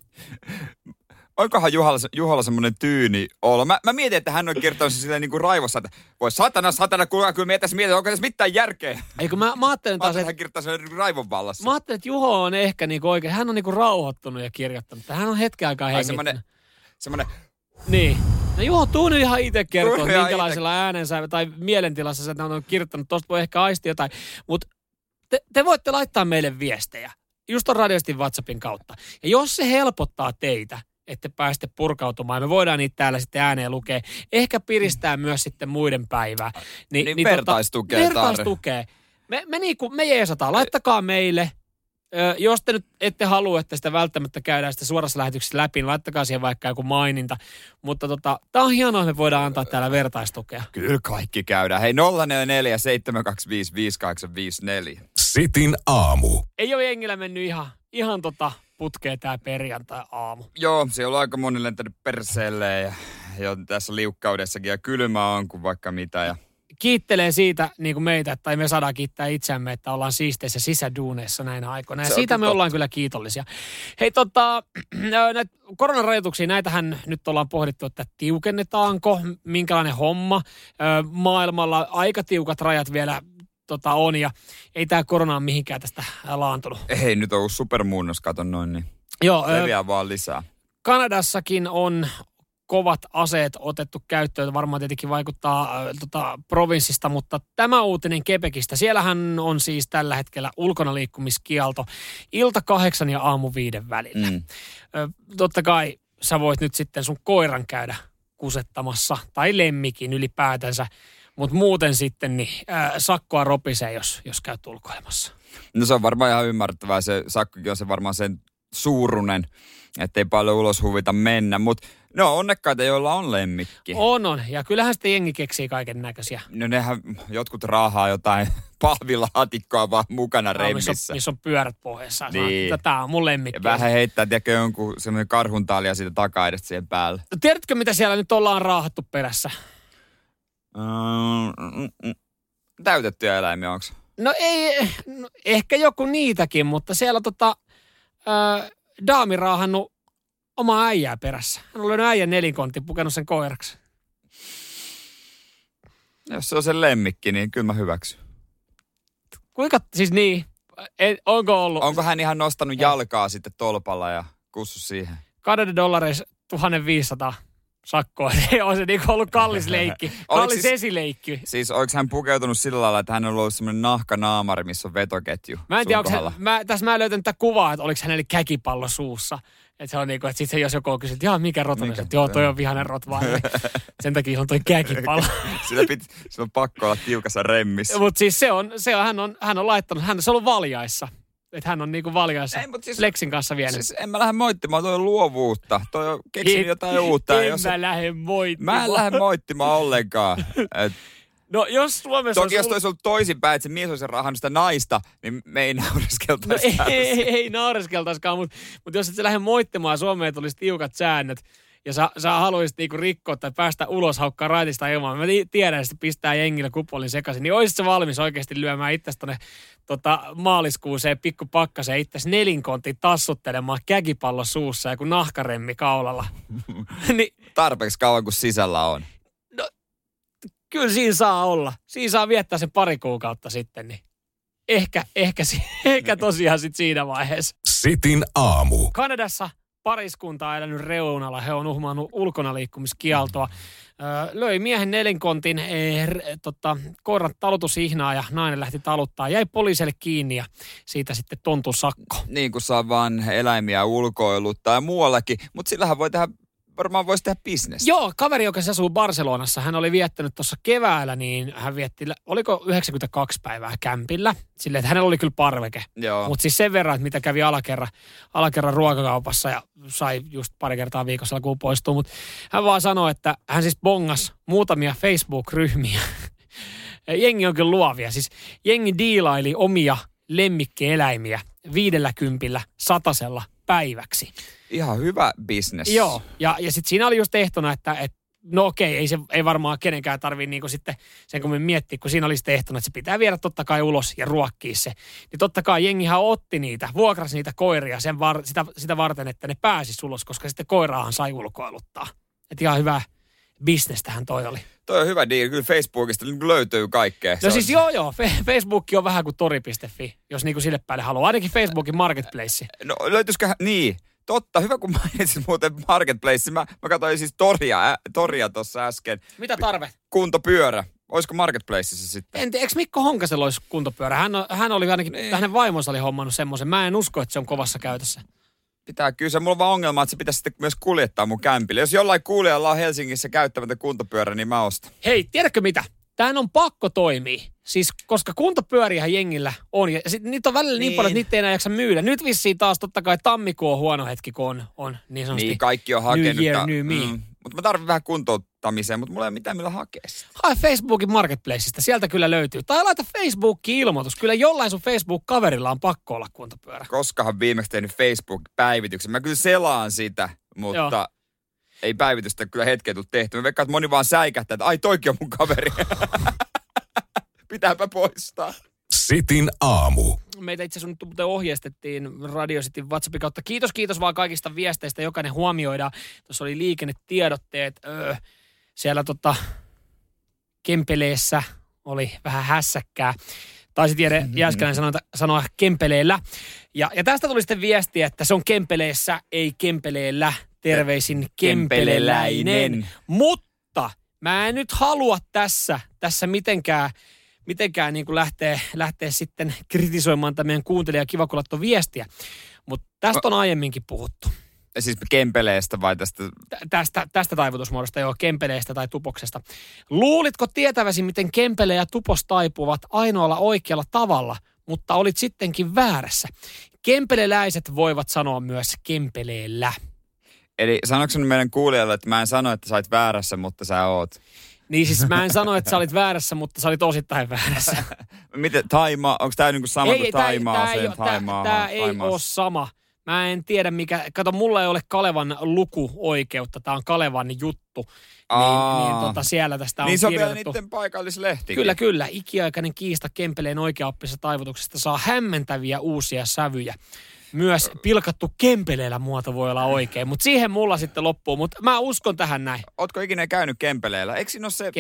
Onkohan Juhalla semmoinen tyyni olo? Mä mietin, että hän on kertonut silleen niin kuin raivossa, että voi satana, kuulkaa, kyllä me tässä mietin, onko tässä mitään järkeä. Eikö mä ajattelen taas, että hän kirjoittaa sen raivon vallassa. Mä ajattelen, että Juho on ehkä niinku oikein, hän on niinku rauhoittunut ja kirjoittanut. Hän on hetken aikaa hengittänyt. Semmoinen. Niin. No Juho, tuu nyt ihan itse kertoa, minkälaisella äänensä tai mielentilassa sä on kirjoittanut. Tosta voi ehkä aisti jotain. Mutta te voitte laittaa meille viestejä. Just on radiosti WhatsAppin kautta. Ja jos se helpottaa teitä, että pääsette purkautumaan. Me voidaan niitä täällä sitten ääneen lukea. Ehkä piristää myös sitten muiden päivää. Niin vertaistukea. Vertaistukea. Me jeesataan. Laittakaa meille. Jos te nyt ette halua, että sitä välttämättä käydään sitä suorassa lähetyksessä läpi, niin laittakaa siihen vaikka joku maininta. Mutta tää on hienoa, että me voidaan antaa täällä vertaistukea. Kyllä kaikki käydään. Hei 044 725 5854. Sitin aamu. Ei ole jengillä mennyt ihan putkee tää perjantai-aamu. Joo, siellä on aika moni lentänyt perseelle ja tässä liukkaudessakin ja kylmä on kuin vaikka mitä. Ja kiittelee siitä niin kuin meitä, tai me saadaan kiittää itseämme, että ollaan siisteissä sisäduuneissa näinä aikoina. Ja siitä me ollaan kyllä kiitollisia. Hei näitä koronarajoituksia, näitähän nyt ollaan pohdittu, että tiukennetaanko, minkälainen homma. Maailmalla aika tiukat rajat vielä on ja ei tämä korona ole mihinkään tästä laantunut. Ei, nyt on supermuunnos, katon noin, niin leviää vaan lisää. Kanadassakin on kovat aseet otettu käyttöön. Varmaan tietenkin vaikuttaa provinssista, mutta tämä uutinen Quebecistä. Siellähän on siis tällä hetkellä ulkonaliikkumiskielto ilta 8 ja aamu 5 välillä. Totta kai sä voit nyt sitten sun koiran käydä kusettamassa tai lemmikin ylipäätänsä, mutta muuten sitten niin sakkoa ropisee, jos käyt ulkoilemassa. No se on varmaan ihan ymmärrettävää. Se sakkokin on se varmaan sen suurunen, ettei paljon ulos huvita mennä, mutta ne on onnekkaita, joilla on lemmikki. On. Ja kyllähän sitten jengi keksii kaiken näköisiä. No nehän jotkut raahaa jotain pahvilaatikkoa vaan mukana remmissä. Missä on pyörät pohjassa. Niin. Tämä on mun lemmikki. Ja vähän heittää, tiedätkö, jonkun semmoinen karhuntaalia siitä takaedestä siihen päälle. No, tiedätkö, mitä siellä nyt ollaan raahattu perässä? Täytettyjä eläimiä onko? No ei, ehkä joku niitäkin, mutta siellä daami raahannut omaa äijää perässä. Hän on löynyt äijän nelinkontti, pukenut sen koiraksi. Jos se on sen lemmikki, niin kyllä mä hyväksyn. Kuinka, siis niin, onko ollut? Onko hän ihan nostanut jalkaa sitten tolpalla ja kussu siihen? $10 1,500 sakkoa. Se on se niin ollut kallis leikki. Kallis esileikki. Siis oliko hän pukeutunut sillä lailla, että hän on ollut semmoinen nahkanaamari, missä on vetoketju? Mä en tiedä, tässä mä löytän tätä kuvaa, että oliko hänelle käkipallo suussa. Että se on niin kuin, että sitten jos joku on kysynyt, että jaa, mikä rotunen? Joo, toi on vihainen rotvaari. Sen takia on toi käkipallo. Sillä on pakko olla tiukassa remmissä. Mutta siis hän on laittanut, se on ollut valjaissa. Että hän on niinku valjaissa siis, Lexin kanssa vienyt. Siis en mä lähde moittimaan, toi on luovuutta. Toi on keksinyt jotain uutta. Mä lähde moittimaan. Mä en lähde moittimaan ollenkaan. No jos Suomessa Toki jos olisi ollut toisinpäin, että se mies olisi rahannut sitä naista, niin me ei naureskeltaisi. No ei naureskeltaisikaan, mutta jos et sä lähde moittimaan, Suomeen tulisi tiukat säännöt ja sä haluaisit niinku rikkoa tai päästä ulos, haukkaa raitista ilman. Mä tiedän, että se pistää jengillä kupolin sekaisin, niin olisit sä valmis oikeasti lyömään itsestä tonne maaliskuuseen pikkupakkaseen itsestä nelinkontin tassuttelemaan käkipallo suussa ja kun nahkaremmi kaulalla. Niin, tarpeeksi kauan kuin sisällä on. no, kyllä siinä saa olla. Siinä saa viettää sen pari kuukautta sitten, niin ehkä tosiaan sitten siinä vaiheessa. Sitin aamu. Kanadassa pariskunta on elänyt reunalla. He on uhmannut ulkonaliikkumiskieltoa. Löi miehen nelinkontin koiran talutusihnaa ja nainen lähti taluttaa. Jäi poliisille kiinni ja siitä sitten tontun sakko. Niin kuin saa vaan eläimiä ulkoiluttaa ja muuallakin, mutta sillähän varmaan voisi tehdä bisnestä. Joo, kaveri, joka asuu Barcelonassa, hän oli viettänyt tuossa keväällä, niin hän vietti, oliko 92 päivää kämpillä. Silleen, että hänellä oli kyllä parveke. Mutta siis sen verran, että mitä kävi alakerran ruokakaupassa ja sai just pari kertaa viikossa kun poistuu. Mutta hän vaan sanoi, että hän siis bongas muutamia Facebook-ryhmiä. Jengi on kyllä luovia. Siis jengi diilaili omia lemmikkieläimiä 50 satasella päiväksi. Ihan hyvä business. Joo, ja sitten siinä oli just ehtona, että no okei, ei varmaan kenenkään tarvitse niinku sitten sen kun me miettii, kun siinä oli sitten ehtona, että se pitää viedä totta kai ulos ja ruokkia se. Niin totta kai jengihän otti niitä, vuokrasi niitä koiria sitä varten, että ne pääsisi ulos, koska sitten koiraahan sai ulkoiluttaa. Että ihan hyvä bisnestähän toi oli. Toi on hyvä deal. Kyllä Facebookista löytyy kaikkea. No siis joo. Facebook on vähän kuin tori.fi, jos niinku sille päälle haluaa. Ainakin Facebookin marketplace. No löytyisikö, niin. Totta, hyvä kun mainitsit muuten marketplace. Mä katsoin siis toria tuossa äsken. Mitä tarve? Kuntopyörä. Olisiko marketplaceissa sitten? En tiedä, eikö Mikko Honkasella olisi kuntopyörä? Hän oli ainakin, hänen vaimonsa oli hommannut semmoisen. Mä en usko, että se on kovassa käytössä. Pitää kysyä. Mulla on vaan ongelma, että se pitäisi sitten myös kuljettaa mun kämpille. Jos jollain kuulijalla on Helsingissä käyttämättä kuntopyörä, niin mä ostan. Hei, tiedätkö mitä? Tämähän on pakko toimia. Siis, koska kuntopyöriähän jengillä on. Ja niitä on välillä niin paljon, että niitä ei enää jaksa myydä. Nyt vissiin taas totta kai tammikuu on huono hetki, kun on niin sanotusti. Niin, kaikki on hakenut. New year, new me. Mutta mä tarvitsen vähän kuntouttamiseen, mutta mulla ei ole mitään millä hakea sitä. Hae Facebookin marketplaceista, sieltä kyllä löytyy. Tai laita Facebookiin ilmoitus. Kyllä jollain sun Facebook-kaverilla on pakko olla kuntopyörä. Koskahan viimeksi tehnyt Facebook-päivityksen. Mä kyllä selaan sitä, mutta... Joo. Ei päivitystä kyllä hetken tule tehty. Mä veikkaan, että moni vaan säikähtää, että ai toikin on mun kaveri. Pitääpä poistaa. Sitin aamu. Meitä itse asiassa nyt ohjeistettiin Radio Cityn WhatsAppin kautta. Kiitos vaan kaikista viesteistä. Jokainen huomioidaan. Tuossa oli liikennetiedotteet. Siellä Kempeleessä oli vähän hässäkkää. Taisi tiedä Jääskeläinen sanoa Kempeleellä. Ja tästä tuli sitten viestiä, että se on Kempeleessä, ei Kempeleellä. Terveisin kempeleläinen. Mutta mä en nyt halua tässä mitenkään niin kuin lähteä sitten kritisoimaan tämän meidän kuuntelija kivakulatto viestiä. Mutta tästä on aiemminkin puhuttu. Siis Kempeleestä vai tästä? Tästä taivutusmuodosta, joo, Kempeleestä tai Tupoksesta. Luulitko tietäväsi, miten Kempele ja Tupos taipuvat ainoalla oikealla tavalla, mutta olit sittenkin väärässä? Kempeleläiset voivat sanoa myös Kempeleellä. Eli sanoiko meidän kuulijalle, että mä en sano, että sä olet väärässä, mutta sä oot? Niin siis mä en sano, että sä olit väärässä, mutta sä olit osittain väärässä. Miten Taimaa, onko tää niinku sama kuin Taimaa? Tää ei ole sama. Mä en tiedä mikä, kato mulla ei ole Kalevan lukuoikeutta, tää on Kalevan juttu. Niin siellä tästä on kirjoitettu. Niin se on vielä niiden paikallislehti. Kyllä. Ikiaikainen kiista Kempeleen oikeaoppisesta taivutuksesta saa hämmentäviä uusia sävyjä. Myös pilkattu Kempeleellä muoto voi olla oikein, mutta siihen mulla sitten loppuu. Mutta mä uskon tähän näin. Ootko ikinä käynyt Kempeleellä? Eikö siinä ole se...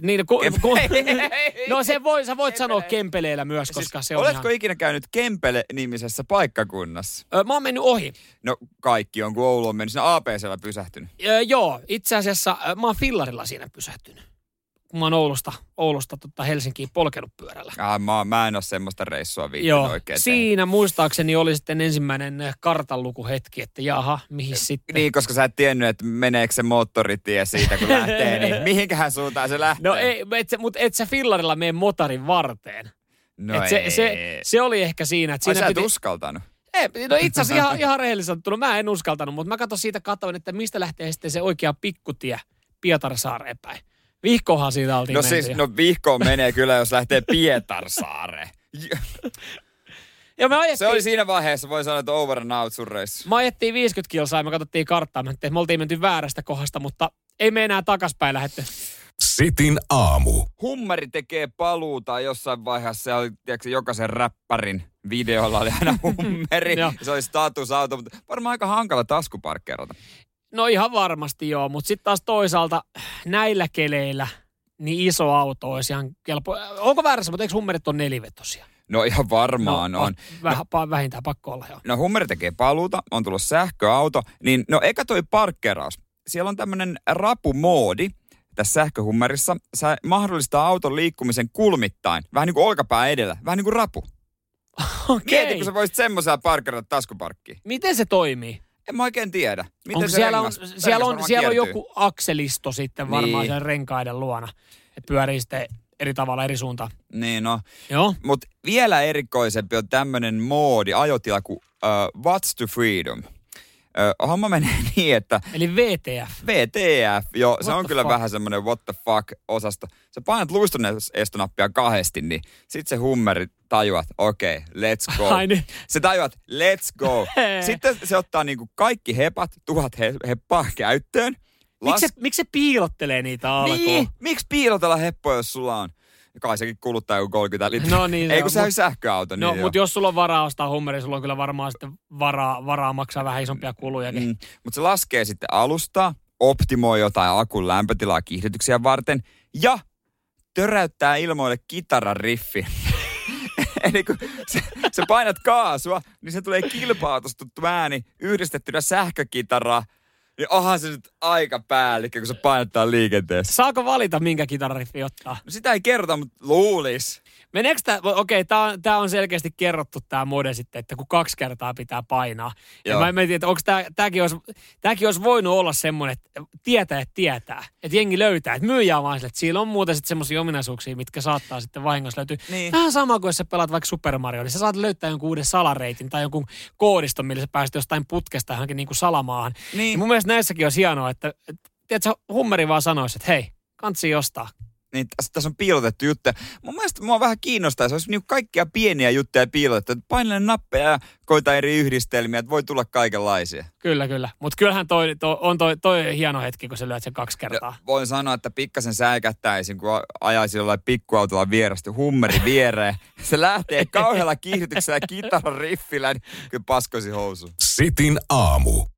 No sä voit sanoa Kempeleellä myös, koska se on oletko ikinä käynyt Kempele-nimisessä paikkakunnassa? Mä oon mennyt ohi. No kaikki on, kun Oulu on mennyt. Siinä APC:llä pysähtynyt. Joo, itse asiassa mä oon fillarilla siinä pysähtynyt. Kun mä oon Oulusta Helsinkiin polkenut pyörällä. Mä en ole semmoista reissua viittynyt oikein. Siinä muistaakseni oli sitten ensimmäinen kartanlukuhetki, että jaha, mihin sitten. Niin, koska sä et tiennyt, että meneekö se moottoritie siitä, kun lähtee, niin mihinkähän suuntaan se lähtee? No ei, mutta et sä fillarilla mene motorin varteen. No se oli ehkä siinä. Että siinä sä et uskaltanut? Ei, no itse asiassa ihan rehellisesti sanottuna, mä en uskaltanut, mutta mä katson siitä että mistä lähtee sitten se oikea pikkutie Pietarsaareen päin. Vihkohan siitä oltiin menty. Siis, vihkoon menee kyllä, jos lähtee Pietarsaareen. Ja se oli siinä vaiheessa, voi sanoa, että over and out sun reissu. Me ajettiin 50 kilsaa ja me katsottiin karttaa. Me oltiin menty väärästä kohdasta, mutta ei me enää takaspäin lähdetty. Sitin aamu. Hummeri tekee paluuta jossain vaiheessa. Se oli, tiedätkö, jokaisen räppärin videolla oli aina hummeri. Se oli statusauto, mutta varmaan aika hankala taskuparkkeerata. No ihan varmasti joo, mutta sitten taas toisaalta näillä keleillä niin iso auto olisi ihan kelpo. Onko väärässä, mutta eikö hummerit ole nelivetosia? No ihan varmaan on. Vähintään pakko olla, joo. No hummeri tekee paluuta, on tullut sähköauto, niin eka toi parkkeeraus. Siellä on tämmöinen rapumoodi tässä sähköhummerissa. Se mahdollistaa auton liikkumisen kulmittain, vähän niin kuin olkapää edellä, vähän niin kuin rapu. Okei. Mieti, kun sä voisit semmoisella parkkeerata taskuparkkiin. Miten se toimii? En mä oikein tiedä. Miten onko se siellä on joku akselisto sitten varmaan niin. Sen renkaiden luona, että pyörii sitten eri tavalla eri suuntaan. Niin no. Joo. Mutta vielä erikoisempi on tämmöinen moodi, ajotila kuin What's to Freedom. Homma menee niin, että... Eli VTF. VTF, joo. Se on kyllä vähän semmoinen what the fuck-osasto. Sä painat luistonestonappia kahdesti, niin sit se hummeri tajuat, okei, let's go. Ai niin. Se tajuat, let's go. Sitten se ottaa niinku kaikki hepat, 1000 heppaa käyttöön. Miksi se piilottelee niitä alkoon? Niin, miksi piilotella heppoja, jos sulla on? Kai sekin kuluttaa joku 30 litraa. No niin, ei kun se on sähköauto. No, niin mutta jos sulla on varaa ostaa hummeri, sulla on kyllä varmaan sitten varaa maksaa vähän isompia kulujakin. Mutta se laskee sitten alusta, optimoi jotain akun lämpötilaa kiihdytyksiä varten ja töräyttää ilmoille kitaran riffi. Eli kun sä painat kaasua, niin se tulee kilpa-autostuttu ääni yhdistettynä sähkökitaraa. Niin onhan se nyt aika päällikkä, kun se painottaa liikenteessä. Saako valita, minkä kitarariffi ottaa? No sitä ei kerrota, mutta luulis. Meneekö tämä, tää on selkeästi kerrottu tää mode sitten, että kun 2 kertaa pitää painaa. Joo. Ja mä mietin, että onko tääkin olisi voinut olla semmoinen, että tietää. Että jengi löytää. Että myyjä on vaan sille, että siellä on muuten sitten semmoisia ominaisuuksia, mitkä saattaa sitten vahingossa löytyä. Niin. Vähän sama kuin jos sä pelaat vaikka Super Mario, niin sä saat löytää jonkun uuden salareitin tai jonkun koodiston, millä sä pääset jostain putkesta johonkin niin kuin salamaahan. Niin. Ja mun mielestä näissäkin olisi hienoa, että tiedätkö, hummeri vaan sanoisi, että hei, kansi ostaa. Niin tässä on piilotettu juttuja. Mun mielestä mua vähän kiinnostaa, se olisi niin kaikkia pieniä juttuja piilotettu. Painele nappeja ja koita eri yhdistelmiä, että voi tulla kaikenlaisia. Kyllä. Mutta kyllähän toi hieno hetki, kun sä lyöt sen 2 kertaa. Ja voin sanoa, että pikkasen säikättäisin, kun ajaisi jollain pikkuautolla vierasti hummeri viereen. Se lähtee kauhealla kiihdytyksellä kitaran riffillä, niin kyllä paskoisi housuun. Sitin aamu.